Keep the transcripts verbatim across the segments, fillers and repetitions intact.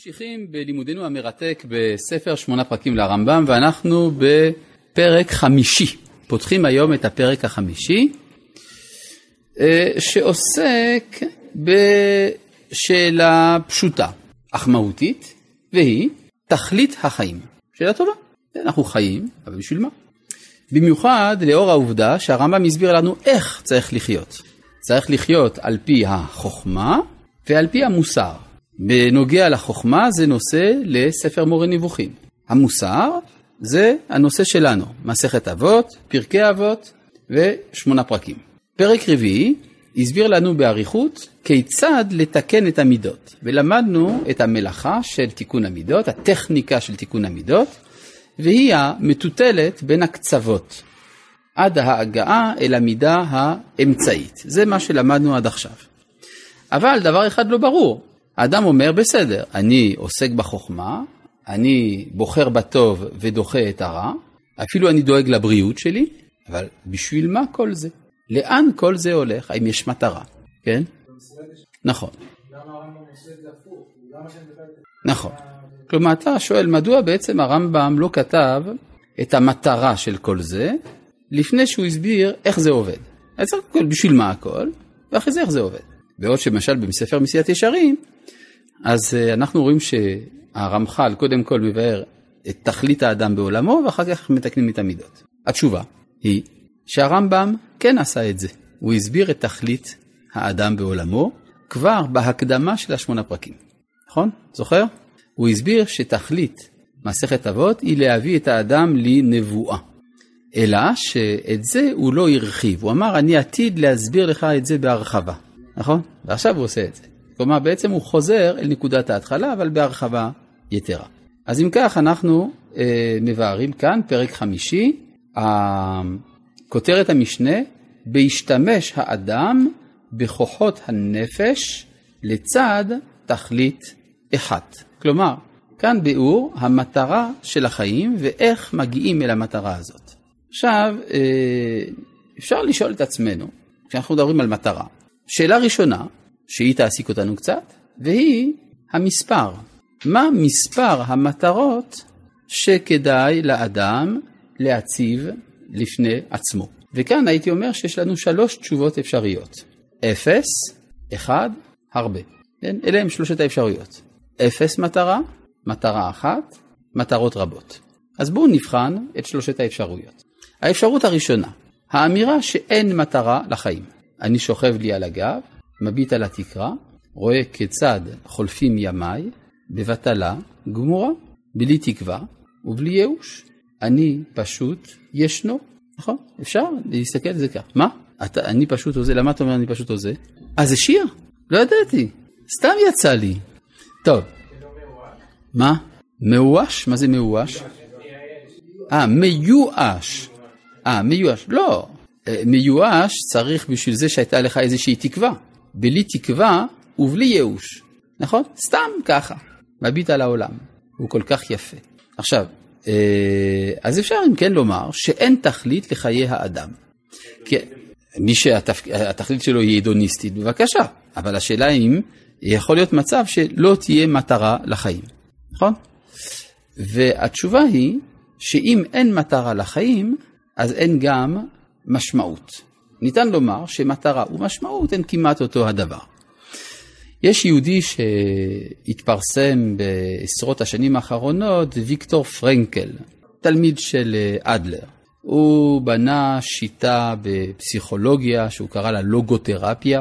ממשיכים בלימודנו המרתק בספר שמונה פרקים לרמב"ם, ואנחנו בפרק חמישי. פותחים היום את הפרק החמישי, שעוסק בשאלה פשוטה, אך מהותית, והיא תכלית החיים. שאלה טובה. אנחנו חיים, אבל בשביל מה? במיוחד לאור העובדה שהרמב"ם הסביר לנו איך צריך לחיות. צריך לחיות על פי החוכמה ועל פי המוסר. בנוגע לחוכמה זה נושא לספר מורה נבוכים. המוסר זה הנושא שלנו, מסכת אבות, פרקי אבות ושמונה פרקים. פרק רביעי הסביר לנו באריכות כיצד לתקן את המידות. ולמדנו את המלאכה של תיקון המידות, הטכניקה של תיקון המידות, והיא המטוטלת בין הקצוות, עד ההגעה אל המידה האמצעית. זה מה שלמדנו עד עכשיו. אבל דבר אחד לא ברור. האדם אומר, בסדר, אני עוסק בחוכמה, אני בוחר בטוב ודוחה את הרע, אפילו אני דואג לבריאות שלי, אבל בשביל מה כל זה? לאן כל זה הולך? האם יש מטרה? כן? נכון. נכון. כלומר, אתה שואל, מדוע בעצם הרמב"ם לא כתב את המטרה של כל זה, לפני שהוא הסביר איך זה עובד? אז צריך כל בשביל מה הכל, ואחרי זה איך זה עובד. בעוד שמשל בספר מסיעת ישרים, אז אנחנו רואים שהרמח"ל קודם כל מבאר את תכלית האדם בעולמו, ואחר כך מתקנים את המידות. התשובה היא שהרמב"ם כן עשה את זה. הוא הסביר את תכלית האדם בעולמו, כבר בהקדמה של השמונה פרקים. נכון? זוכר? הוא הסביר שתכלית מסכת אבות היא להביא את האדם לנבואה. אלא שאת זה הוא לא הרחיב. הוא אמר, אני עתיד להסביר לך את זה בהרחבה. נכון? ועכשיו הוא עושה את זה. כלומר, בעצם הוא חוזר אל נקודת ההתחלה, אבל בהרחבה יתרה. אז אם כך, אנחנו אה, מבארים כאן, פרק חמישי, כותרת המשנה, בהשתמש האדם בכוחות הנפש לצד תכלית אחת. כלומר, כאן ביאור המטרה של החיים ואיך מגיעים אל המטרה הזאת. עכשיו, אה, אפשר לשאול את עצמנו, כשאנחנו מדברים על מטרה, שאלה ראשונה, שהיא תעסיק אותנו קצת, והיא המספר. מה מספר המטרות שכדאי לאדם להציב לפני עצמו? וכאן הייתי אומר שיש לנו שלוש תשובות אפשריות. אפס, אחד, הרבה. אלה הם שלושת האפשרויות. אפס מטרה, מטרה אחת, מטרות רבות. אז בואו נבחן את שלושת האפשרויות. האפשרות הראשונה, האמירה שאין מטרה לחיים. אני שוכב לי על הגב, מביט על התקרה, רואה כיצד חולפים ימיי, בבטלה גמורה, בלי תקווה ובלי ייאוש. אני פשוט ישנו, נכון? אפשר להסתכל על זה כך. מה? אתה, אני פשוט עושה, למה אתה אומר אני פשוט עושה? אה, זה שיר? לא ידעתי. סתם יצא לי. טוב. מה? מאואש? מה זה מאואש? אה, מיואש. אה, מיואש. לא. מיואש צריך בשביל זה שהייתה לך איזושהי תקווה. בלי תקווה ובלי ייאוש. נכון? סתם ככה. מביט על העולם. הוא כל כך יפה. עכשיו, אז אפשר אם כן לומר שאין תכלית לחיי האדם. כי מי שהתכלית שלו היא הדוניסטית, בבקשה. אבל השאלה אם יכול להיות מצב שלא תהיה מטרה לחיים. נכון? והתשובה היא שאם אין מטרה לחיים, אז אין גם משמעות. ניתן לומר שמטרה ומשמעות הן כמעט אותו הדבר. יש יהודי שהתפרסם בעשרות השנים האחרונות, ויקטור פרנקל, תלמיד של אדלר. הוא בנה שיטה בפסיכולוגיה שהוא קרא לה לוגותרפיה,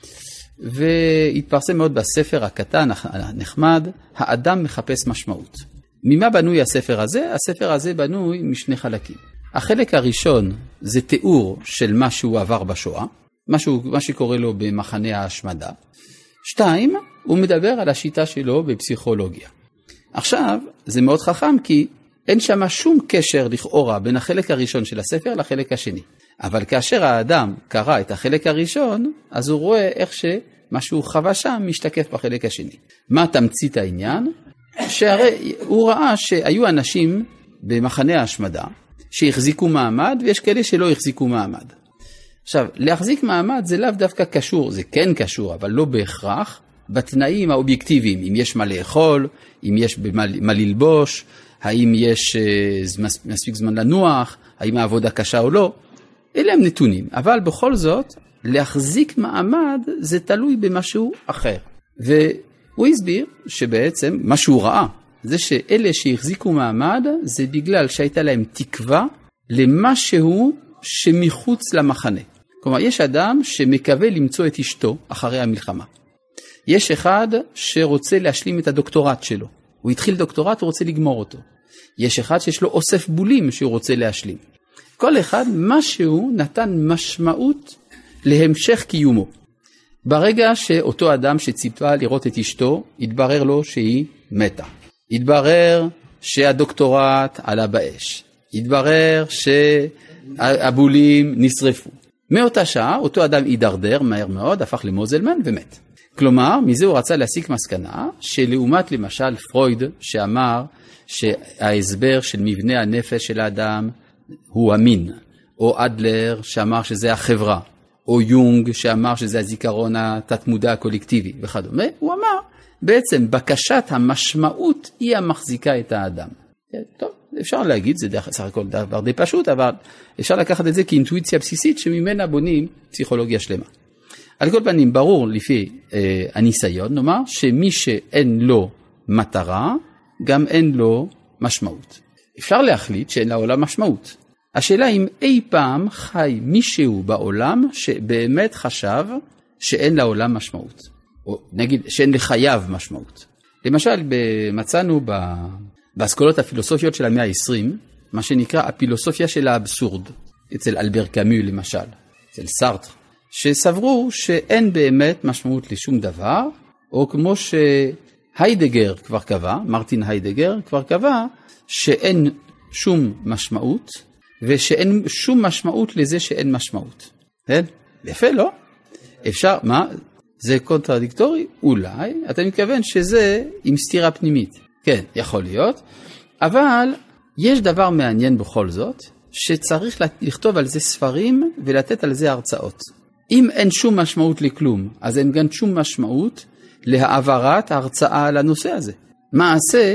והתפרסם מאוד בספר הקטן הנחמד, האדם מחפש משמעות. ממה בנוי הספר הזה? הספר הזה בנוי משני חלקים. החלק הראשון זה תיאור של מה שהוא עבר בשואה, משהו, מה שקורא לו במחנה ההשמדה. שתיים, הוא מדבר על השיטה שלו בפסיכולוגיה. עכשיו, זה מאוד חכם כי אין שם שום קשר לכאורה בין החלק הראשון של הספר לחלק השני. אבל כאשר האדם קרא את החלק הראשון, אז הוא רואה איך שמה שהוא חווה שם משתקף בחלק השני. מה תמצית העניין? שהרי הוא ראה שהיו אנשים במחנה ההשמדה, שהחזיקו מעמד, ויש כאלה שלא החזיקו מעמד. עכשיו, להחזיק מעמד זה לאו דווקא קשור, זה כן קשור, אבל לא בהכרח בתנאים האובייקטיביים, אם יש מה לאכול, אם יש מה ללבוש, האם יש מספיק זמן לנוח, האם העבודה קשה או לא, אלה הם נתונים. אבל בכל זאת, להחזיק מעמד זה תלוי במשהו אחר. והוא הסביר שבעצם מה שהוא ראה, זה שאלה שהחזיקו מעמד, זה בגלל שהייתה להם תקווה למשהו שמחוץ למחנה. כלומר, יש אדם שמקווה למצוא את אשתו אחרי המלחמה. יש אחד שרוצה להשלים את הדוקטורט שלו. הוא התחיל דוקטורט, הוא רוצה לגמור אותו. יש אחד שיש לו אוסף בולים שהוא רוצה להשלים. כל אחד, משהו נתן משמעות להמשך קיומו. ברגע שאותו אדם שציפה לראות את אשתו, התברר לו שהיא מתה. התברר שהדוקטורט עלה באש. התברר שהבולים נשרפו. מאותה שעה, אותו אדם הידרדר מהר מאוד, הפך למוזלמן ומת. כלומר, מזה הוא רצה להסיק מסקנה, שלעומת למשל פרויד, שאמר שההסבר של מבנה הנפש של האדם הוא המין, או אדלר שאמר שזה החברה, או יונג שאמר שזה הזיכרון התת-מודע הקולקטיבי וכדומה, הוא אמר, בעצם בקשת המשמעות היא המחזיקה את האדם. טוב, אפשר להגיד, זה סך הכל דבר די פשוט, אבל אפשר לקחת את זה כאינטואיציה בסיסית שממנה בונים פסיכולוגיה שלמה. על כל פנים, ברור לפי אה, הניסיון, נאמר, שמי שאין לו מטרה, גם אין לו משמעות. אפשר להחליט שאין לעולם משמעות. השאלה אם אי פעם חי מישהו בעולם שבאמת חשב שאין לעולם משמעות. או נגיד שאין לחייו משמעות. למשל, מצאנו באסכולות הפילוסופיות של המאה ה-עשרים, מה שנקרא הפילוסופיה של האבסורד, אצל אלבר קאמו למשל, אצל סארטר, שסברו שאין באמת משמעות לשום דבר, או כמו שהיידגר כבר קבע, מרטין היידגר כבר קבע, שאין שום משמעות, ושאין שום משמעות לזה שאין משמעות. כן? יפה, לא? אפשר, מה? זה קונטרדיקטורי? אולי. אתה מתכוון שזה עם סתירה פנימית. כן, יכול להיות. אבל יש דבר מעניין בכל זאת, שצריך לכתוב על זה ספרים ולתת על זה הרצאות. אם אין שום משמעות לכלום, אז אין גם שום משמעות להעברת ההרצאה על הנושא הזה. מעשה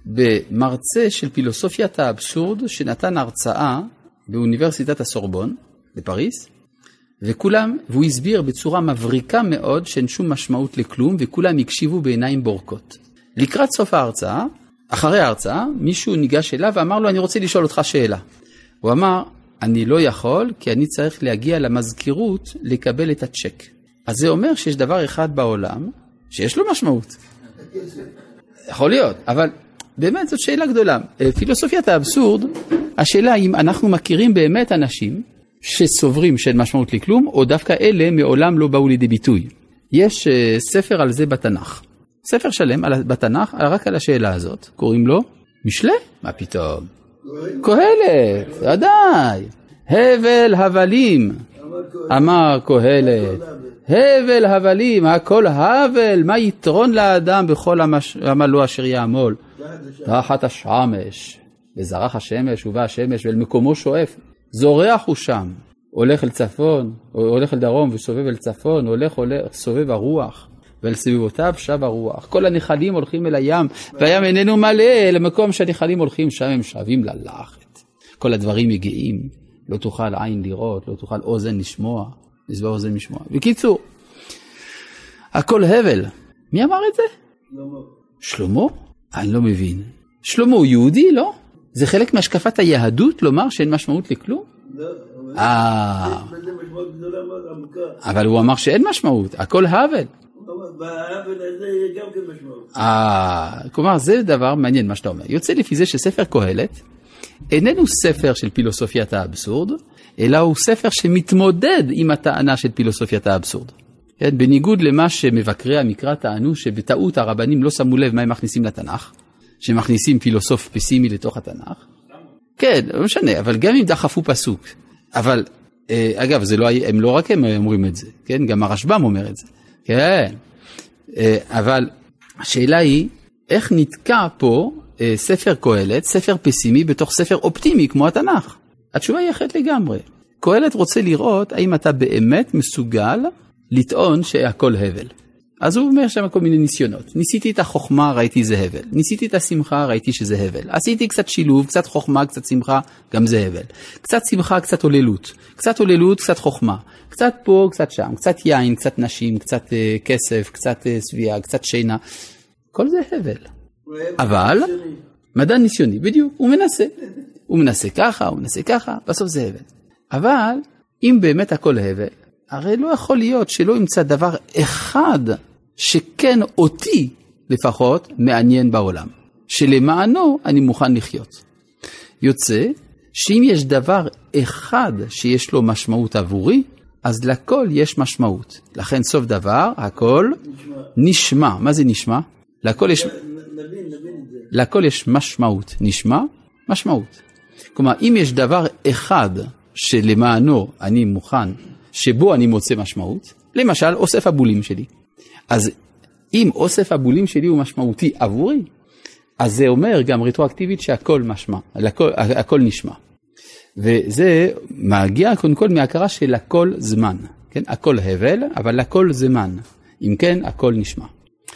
במרצה של פילוסופיית האבסורד שנתן הרצאה באוניברסיטת הסורבון בפריס, וכולם, והוא הסביר בצורה מבריקה מאוד שאין שום משמעות לכלום, וכולם הקשיבו בעיניים בורקות. לקראת סוף ההרצאה, אחרי ההרצאה, מישהו ניגש אליו ואמר לו, אני רוצה לשאול אותך שאלה. הוא אמר, אני לא יכול, כי אני צריך להגיע למזכירות לקבל את הצ'ק. אז זה אומר שיש דבר אחד בעולם, שיש לו משמעות. יכול להיות, אבל באמת זאת שאלה גדולה. פילוסופיית האבסורד, השאלה אם אנחנו מכירים באמת אנשים שסוברים שאין משמעות לכלום, או דווקא אלה מעולם לא באו לידי ביטוי. יש ספר על זה בתנ"ך. ספר שלם על, בתנ"ך, רק על השאלה הזאת. קוראים לו משלי? מה פתאום? קהלת, ודאי. הבל הבלים, אמר קהלת. הבל הבלים, הכל הבל, מה יתרון לאדם בכל עמלו אשר יעמול? תחת השמש, וזרח השמש ובא השמש, ואל מקומו שואף. זורח הוא שם, הולך אל צפון, הולך אל דרום וסובב אל צפון, הולך, הולך, סובב הרוח, ואל סביבותיו שב הרוח. כל הנחלים הולכים אל הים, והים איננו מלא, למקום שהנחלים הולכים, שם הם שווים ללכת. כל הדברים מגיעים, לא תוכל עין לראות, לא תוכל אוזן לשמוע, לסבר אוזן לשמוע. בקיצור, הכל הבל. מי אמר את זה? שלמה. שלמה? אני לא מבין. שלמה הוא יהודי, לא? זה חלק מהשקפת היהדות לומר שאין משמעות לכלום? לא. אה. אבל הוא אמר שאין משמעות, הכל הבל. בהבל הזה יש גם כן משמעות. אה, כלומר זה דבר מעניין מה שאתה אומר. יוצא לפי זה שספר קהלת איננו ספר של פילוסופיית האבסורד, אלא הוא ספר שמתמודד עם הטענה של פילוסופיית האבסורד. כן, בניגוד למה שמבקרי המקרא טענו שבטעות הרבנים לא שמו לב מה הם מכניסים לתנ"ך, שמכניסים פילוסוף פסימי לתוך התנ"ך. כן, לא משנה, אבל גם אם דחפו פסוק. אבל, אגב, זה לא, הם לא רק הם אומרים את זה, כן? גם הרשב"ם אומר את זה. כן. אבל השאלה היא, איך נתקע פה ספר קהלת, ספר פסימי, בתוך ספר אופטימי כמו התנ"ך? התשובה היא אחרת לגמרי. קהלת רוצה לראות האם אתה באמת מסוגל לטעון שהכל הבל. אז הוא אומר שם כל מיני ניסיונות. ניסיתי את החוכמה, ראיתי זה הבל. ניסיתי את השמחה, ראיתי שזה הבל. עשיתי קצת שילוב, קצת חוכמה, קצת שמחה, גם זה הבל. קצת שמחה, קצת עוללות. קצת עוללות, קצת חוכמה. קצת פה, קצת שם. קצת יין, קצת נשים, קצת uh, כסף, קצת uh, סביעה, קצת שינה. כל זה הבל. אבל, מדע ניסיוני, בדיוק, הוא מנסה. הוא מנסה ככה, הוא מנסה ככה, בסוף זה הבל. אבל, אם באמת הכל הבל, הרי לא יכול להיות שלא ימצא דבר אחד שכן אותי לפחות מעניין בעולם. שלמענו אני מוכן לחיות. יוצא שאם יש דבר אחד שיש לו משמעות עבורי, אז לכל יש משמעות. לכן סוף דבר, הכל נשמע. נשמע. מה זה נשמע? לכל יש, נבין, נבין את זה. לכל יש משמעות. נשמע? משמעות. כלומר, אם יש דבר אחד שלמענו אני מוכן, שבו אני מוצא משמעות, למשל, אוסף הבולים שלי. אז אם אוסף הבולים שלי הוא משמעותי עבורי, אז זה אומר גם רטרואקטיבית שהכל משמע, הכל, הכל נשמע. וזה מגיע קודם כל מהכרה של הכל זמן. כן? הכל הבל, אבל הכל זמן. אם כן, הכל נשמע.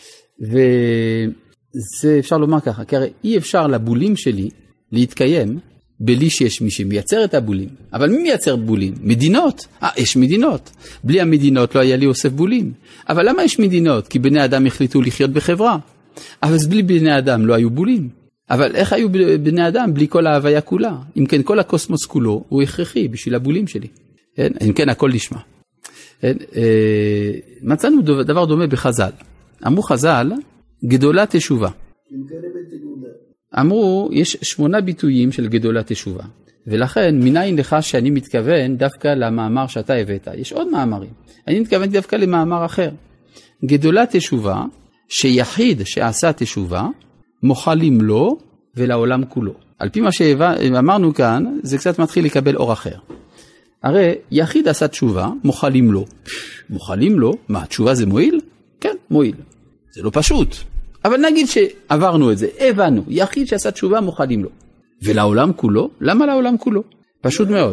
וזה אפשר לומר ככה, כי הרי אי אפשר לבולים שלי להתקיים בלי שיש מי שמייצר את הבולים. אבל מי מייצר בולים? מדינות. אה, יש מדינות. בלי המדינות לא היה לי אוסף בולים. אבל למה יש מדינות? כי בני אדם החליטו לחיות בחברה. אבל בלי בני אדם לא היו בולים. אבל איך היו בני אדם בלי כל ההוויה כולה? אם כן, כל הקוסמוס כולו הוא הכרחי בשביל הבולים שלי. כן? אם כן, הכל נשמע. כן? אה, מצאנו דבר דומה בחז"ל. אמרו חז"ל, גדולה תשובה. אמרו, יש שמונה ביטויים של גדולה תשובה. ולכן, מניין לך שאני מתכוון דווקא למאמר שאתה הבאת. יש עוד מאמרים. אני מתכוון דווקא למאמר אחר. גדולה תשובה, שיחיד שעשה תשובה, מוחלים לו ולעולם כולו. על פי מה שאמרנו כאן, זה קצת מתחיל לקבל אור אחר. הרי יחיד עשה תשובה, מוחלים לו. מוחלים לו? מה, תשובה זה מועיל? כן, מועיל. זה לא פשוט. אבל נגיד שעברנו את זה, הבנו, יחיד שעשה תשובה מוחלים לו. ולעולם כולו? למה לעולם כולו? פשוט מאוד.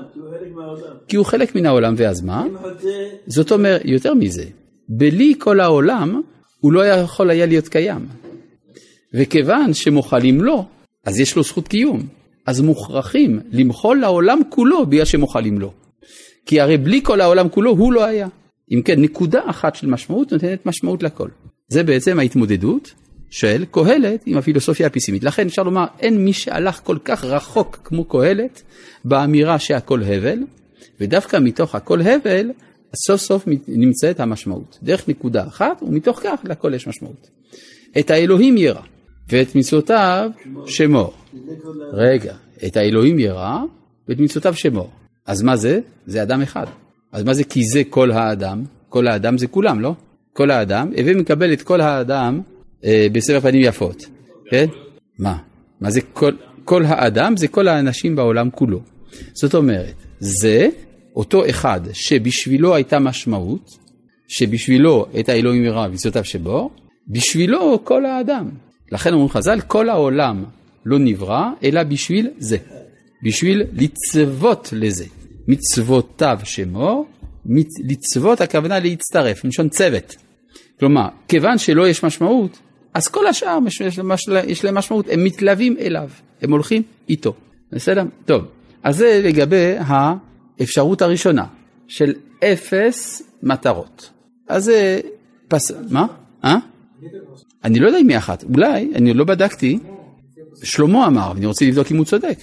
כי הוא חלק מן העולם, ואז מה? זאת אומרת, יותר מזה, בלי כל העולם, הוא לא יכול היה להיות קיים. וכיוון שמוחלים לו, אז יש לו זכות קיום. אז מוכרחים למחול לעולם כולו בגלל שמוחלים לו. כי הרי בלי כל העולם כולו הוא לא היה. אם כן, נקודה אחת של משמעות נותנת משמעות לכל. זה בעצם ההתמודדות של קהלת עם הפילוסופיה הפיסימית. לכן אפשר לומר, אין מי שהלך כל כך רחוק כמו קהלת באמירה שהכל הבל, ודווקא מתוך הכל הבל, סוף סוף נמצאת המשמעות. דרך נקודה אחת, ומתוך כך לכל יש משמעות. את האלוהים ירא, ואת מצוותיו שמור. רגע, את האלוהים ירא, ואת מצוותיו שמור. אז מה זה? זה אדם אחד. אז מה זה? כי זה כל האדם. כל האדם זה כולם, לא? כל האדם, הווה מקבל את כל האדם אה, בסבר פנים יפות. כן? מה? מה זה כל, כל האדם? זה כל האנשים בעולם כולו. זאת אומרת, זה אותו אחד שבשבילו הייתה משמעות, שבשבילו את האלוהים ירא ומצוותיו שבור, בשבילו כל האדם. לכן אומרים חז"ל, כל העולם לא נברא, אלא בשביל זה. בשביל לצוות לזה. מצוותיו שמור, לצוות הכוונה להצטרף, משון צוות. כלומר, כיוון שלא יש משמעות, אז כל השאר יש להם משמעות, הם מתלווים אליו, הם הולכים איתו. בסדר? טוב, אז זה לגבי האפשרות הראשונה, של אפס מטרות. אז זה פס... מה? אה? אני לא יודע אם היא אחת, אולי, אני לא בדקתי, שלמה אמר, ואני רוצה לבדוק אם הוא צודק.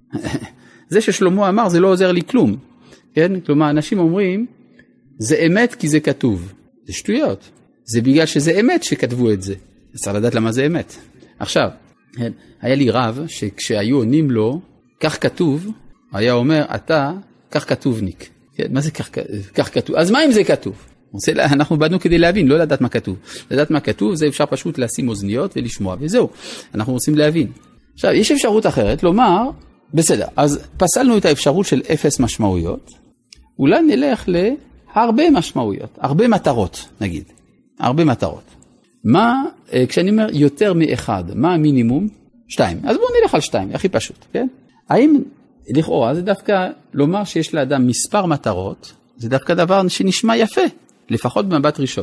זה ששלמה אמר זה לא עוזר לי כלום. כן? כלומר, אנשים אומרים, זה אמת כי זה כתוב. זה שטויות. זה בגלל שזה אמת שכתבו את זה. צריך לדעת למה זה אמת. עכשיו, כן, היה לי רב שכשהיו עונים לו, כך כתוב, היה אומר, אתה, כך כתובניק. כן? מה זה כך, כך כתוב? אז מה אם זה כתוב? אנחנו באנו כדי להבין, לא לדעת מה כתוב. לדעת מה כתוב, זה אפשר פשוט לשים אוזניות ולשמוע, וזהו. אנחנו רוצים להבין. עכשיו, יש אפשרות אחרת, לומר, בסדר, אז פסלנו את האפשרות של אפס משמעויות, אולי נלך להרבה משמעויות, הרבה מטרות, נגיד. הרבה מטרות. מה, כשאני אומר יותר מאחד, מה המינימום? שתיים. אז בואו נלך על שתיים, הכי פשוט, כן? האם, לכאורה, זה דווקא לומר שיש לאדם מספר מטרות, זה דווקא דבר שנשמע יפה, לפחות במבט ראשון.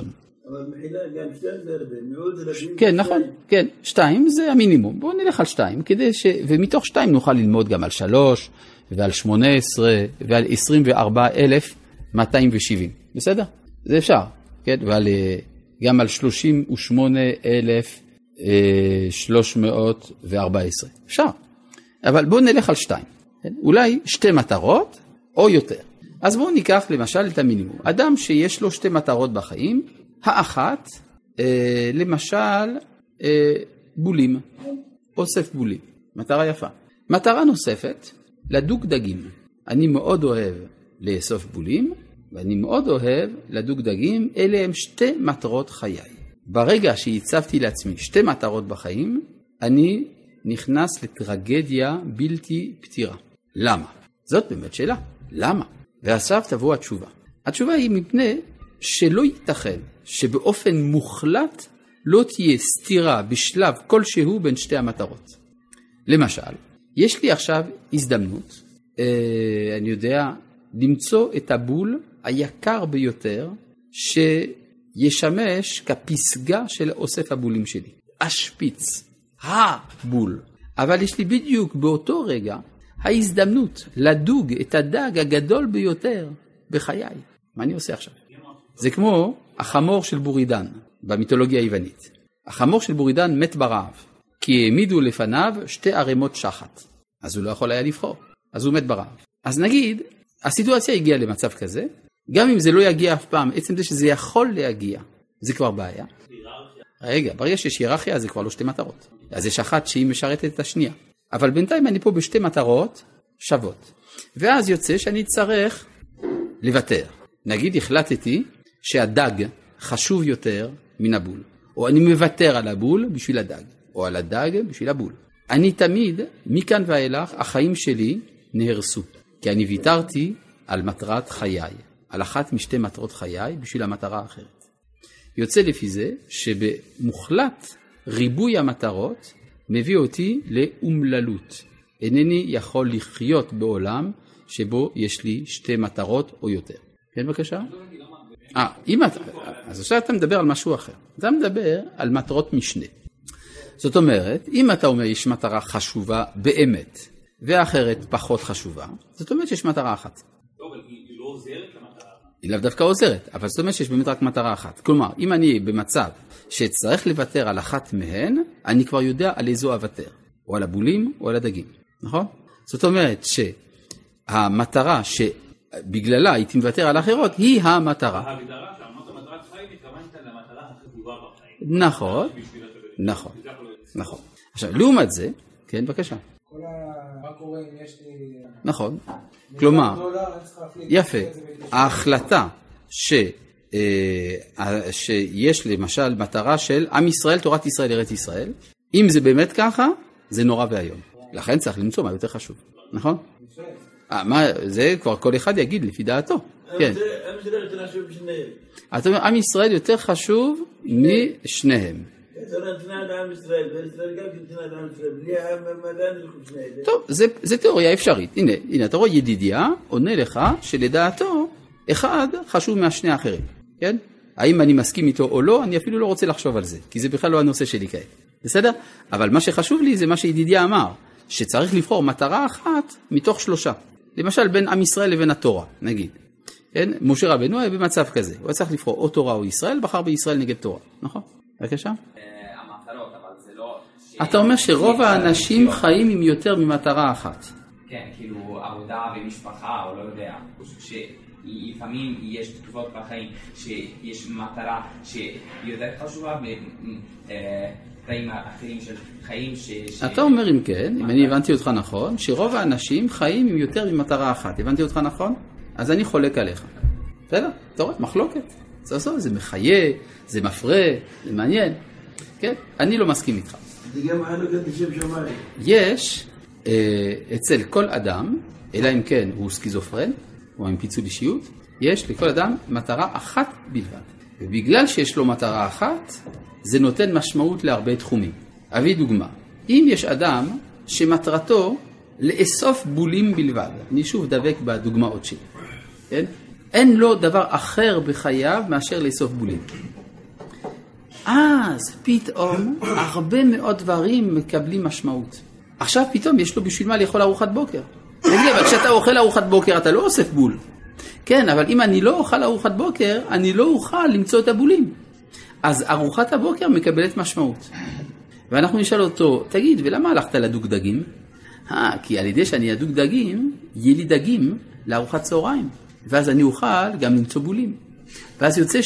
אבל מחילה גם שתיים זה הרבה, מאוד זה רבים. כן, נכון, כן, שתיים זה המינימום. בואו נלך על שתיים, כדי ש... ומתוך שתיים נוכל ללמוד גם על שלוש, ועל שמונה עשרה, ועל עשרים וארבעה אלף מאתיים ושבעים. בסדר? זה אפשר, כן? ועל... גם על שלושים ושמונה אלף שלוש מאות וארבע עשרה. אפשר. אבל בואו נלך על שתיים. כן? אולי שתי מטרות או יותר. אז בואו ניקח למשל את המינימום. אדם שיש לו שתי מטרות בחיים, האחת, אה, למשל, אה, בולים, אוסף בולים. מטרה יפה. מטרה נוספת, לדוג דגים. אני מאוד אוהב לאסוף בולים, ואני מאוד אוהב לדוג דגים. אלה הם שתי מטרות חיי. ברגע שהצבתי לעצמי שתי מטרות בחיים, אני נכנס לטרגדיה בלתי פתירה. למה? זאת באמת שאלה. למה? ועכשיו תבוא התשובה. התשובה היא מפני שלא ייתכן שבאופן מוחלט לא תהיה סתירה בשלב כלשהו בין שתי המטרות. למשל, יש לי עכשיו הזדמנות, אה, אני יודע, למצוא את הבול היקר ביותר שישמש כפסגה של אוסף הבולים שלי. השפיץ, הבול. אבל יש לי בדיוק באותו רגע ההזדמנות לדוג את הדג הגדול ביותר בחיי. מה אני עושה עכשיו? זה כמו החמור של בורידן במיתולוגיה היוונית. החמור של בורידן מת ברעב, כי העמידו לפניו שתי ערימות שחת. אז הוא לא יכול היה לבחור, אז הוא מת ברעב. אז נגיד, הסיטואציה הגיעה למצב כזה, גם אם זה לא יגיע אף פעם, עצם זה שזה יכול להגיע, זה כבר בעיה. רגע, ברגע שיש היררכיה, זה כבר לא שתי מטרות. אז יש אחת שהיא משרתת את השנייה. אבל בינתיים אני פה בשתי מטרות שוות. ואז יוצא שאני צריך לוותר. נגיד, החלטתי שהדג חשוב יותר מן הבול. או אני מוותר על הבול בשביל הדג. או על הדג בשביל הבול. אני תמיד, מכאן ואילך, החיים שלי נהרסו. כי אני ויתרתי על מטרת חיי. על אחת משתי מטרות חיי בשביל המטרה האחרת. יוצא לפי זה שבמוחלט ריבוי המטרות מביא אותי לאומללות. אינני יכול לחיות בעולם שבו יש לי שתי מטרות או יותר. כן, בבקשה? אה, אם אתה, אז עכשיו אתה מדבר על משהו אחר. אתה מדבר על מטרות משנה. זאת אומרת, אם אתה אומר יש מטרה חשובה באמת, ואחרת פחות חשובה, זאת אומרת שיש מטרה אחת. לא, אבל היא לא עוזרת למטרה. היא לאו דווקא עוזרת, אבל זאת אומרת שיש באמת רק מטרה אחת. כלומר, אם אני במצב שצריך לוותר על אחת מהן, אני כבר יודע על איזו אוותר, או על הבולים או על הדגים, נכון? זאת אומרת שהמטרה שבגללה הייתי מוותר על האחרות, היא המטרה. ההגדרה שאמרת מטרת חיים, התכוונת למטרה החשובה בחיים. נכון, נכון, נכון. עכשיו, לעומת זה, כן, בבקשה. כל מה קורה אם יש לי... נכון, כלומר, יפה, ההחלטה ש... שיש למשל מטרה של עם ישראל, תורת ישראל, ארץ ישראל, אם זה באמת ככה, זה נורא והיום. לכן צריך למצוא מה יותר חשוב, נכון? מה, זה כבר כל אחד יגיד לפי דעתו. כן. אתה אומר, עם ישראל יותר חשוב משניהם. טוב, זה תיאוריה אפשרית. הנה, הנה, אתה רואה ידידיה, עונה לך שלדעתו, אחד חשוב מהשני האחרים. כן? האם אני מסכים איתו או לא, אני אפילו לא רוצה לחשוב על זה, כי זה בכלל לא הנושא שלי כעת. בסדר? אבל מה שחשוב לי זה מה שידידיה אמר, שצריך לבחור מטרה אחת מתוך שלושה. למשל, בין עם ישראל לבין התורה, נגיד. כן? משה רבנו היה במצב כזה. הוא צריך לבחור או תורה או ישראל, בחר בישראל נגד תורה. נכון? בבקשה? המטרות, אבל זה לא... אתה אומר שרוב האנשים חיים עם יותר ממטרה אחת. כן, כאילו עבודה ומשפחה, או לא יודע. לפעמים יש תקופות בחיים שיש מטרה שיותר חשובה ותאים אחרים של חיים ש... אתה אומר אם כן, אם אני הבנתי אותך נכון, שרוב האנשים חיים עם יותר ממטרה אחת. הבנתי אותך נכון? אז אני חולק עליך. בסדר? אתה רואה, מחלוקת. זה, זה מחיה, זה מפרה, זה מעניין. כן? אני לא מסכים איתך. יש אצל כל אדם, אלא אם כן הוא סקיזופרן, או עם פיצול אישיות, יש לכל אדם מטרה אחת בלבד. ובגלל שיש לו מטרה אחת, זה נותן משמעות להרבה תחומים. אביא דוגמה. אם יש אדם שמטרתו לאסוף בולים בלבד, אני שוב דבק בדוגמאות שלי, כן? אין לו דבר אחר בחייו מאשר לאסוף בולים. אז פתאום הרבה מאוד דברים מקבלים משמעות. עכשיו פתאום יש לו בשביל מה לאכול ארוחת בוקר. תגיד לי, אבל כשאתה אוכל ארוחת בוקר אתה לא אוסף בול. כן, אבל אם אני לא אוכל ארוחת בוקר, אני לא אוכל למצוא את הבולים. אז ארוחת הבוקר מקבלת משמעות. ואנחנו נשאל אותו, תגיד, ולמה הלכת לדוג דגים? אה, כי על ידי שאני אדוג דגים, יהיה לי דגים לארוחת צהריים. ואז אני אוכל גם למצוא בולים. ואז יוצא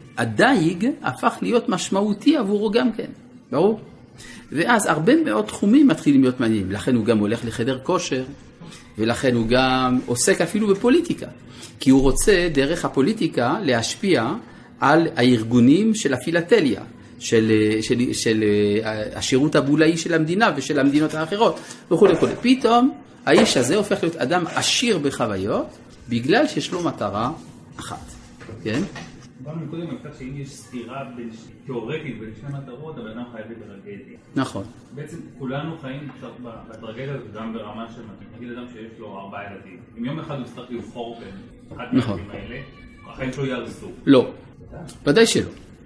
שהדייג הפך להיות משמעותי עבורו גם כן. ברור? ואז הרבה מאוד תחומים מתחילים להיות מעניינים. לכן הוא גם הולך לחדר כושר, ולכן הוא גם עוסק אפילו בפוליטיקה. כי הוא רוצה דרך הפוליטיקה להשפיע על הארגונים של הפילטליה, של, של, של השירות הבולאי של המדינה ושל המדינות האחרות וכו' וכו'. פתאום האיש הזה הופך להיות אדם עשיר בחוויות, בגלל שיש לו מטרה אחת. כן? אמרנו קודם על כך שאם יש סתירה תיאורטית בין שני מטרות, אבל אדם חייב בטרגדיה. נכון. בעצם כולנו חיים בטרגדיה הזאת גם ברמה של נגיד אדם שיש לו ארבעה ילדים. אם יום אחד הוא יצטרך לבחור בין אחד מהילדים האלה, החיים שלו יהרסו. לא, ודאי שלא.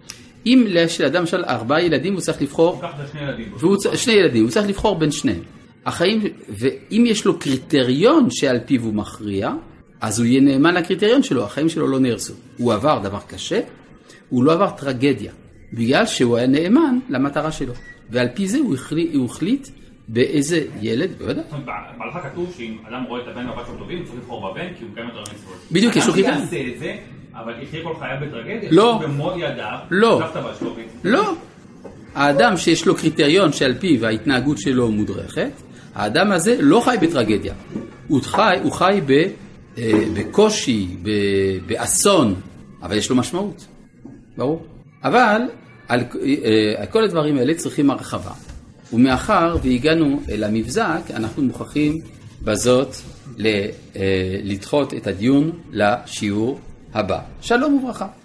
אם יש לאדם של ארבעה ילדים, הוא צריך לבחור... הוא לקח שני ילדים. שני ילדים, הוא צריך לבחור בין שניהם. החיים, ואם יש לו קריטריון שעל פיו הוא מכריע, אז הוא יהיה נאמן לקריטריון שלו, החיים שלו לא נהרסו. הוא עבר דבר קשה, הוא לא עבר טרגדיה, בגלל שהוא היה נאמן למטרה שלו. ועל פי זה הוא החליט, הוא החליט באיזה ילד, בוודאי. בהלכה כתוב שאם אדם רואה את הבן והבת שלו טובים, הוא צריך לבחור בבן, כי הוא מקיים את הרמצוות. בדיוק, יש לו קריטריון. אדם שיעשה את זה, אבל יחיה כל חייו בטרגדיה, לא. הוא במו ידיו, לא. דווקא בשלובים. לא. האדם שיש לו קריטריון שעל פיו ההתנהגות שלו מודרכת, האדם הזה לא חי בטרגדיה. הוא חי, הוא חי ב, אה, בקושי, ב, באסון, אבל יש לו משמעות. ברור? אבל על, אה, על כל הדברים האלה צריכים הרחבה. ומאחר והגענו אל המבזק, אנחנו מוכרחים בזאת ל, אה, לדחות את הדיון לשיעור הבא. שלום וברכה.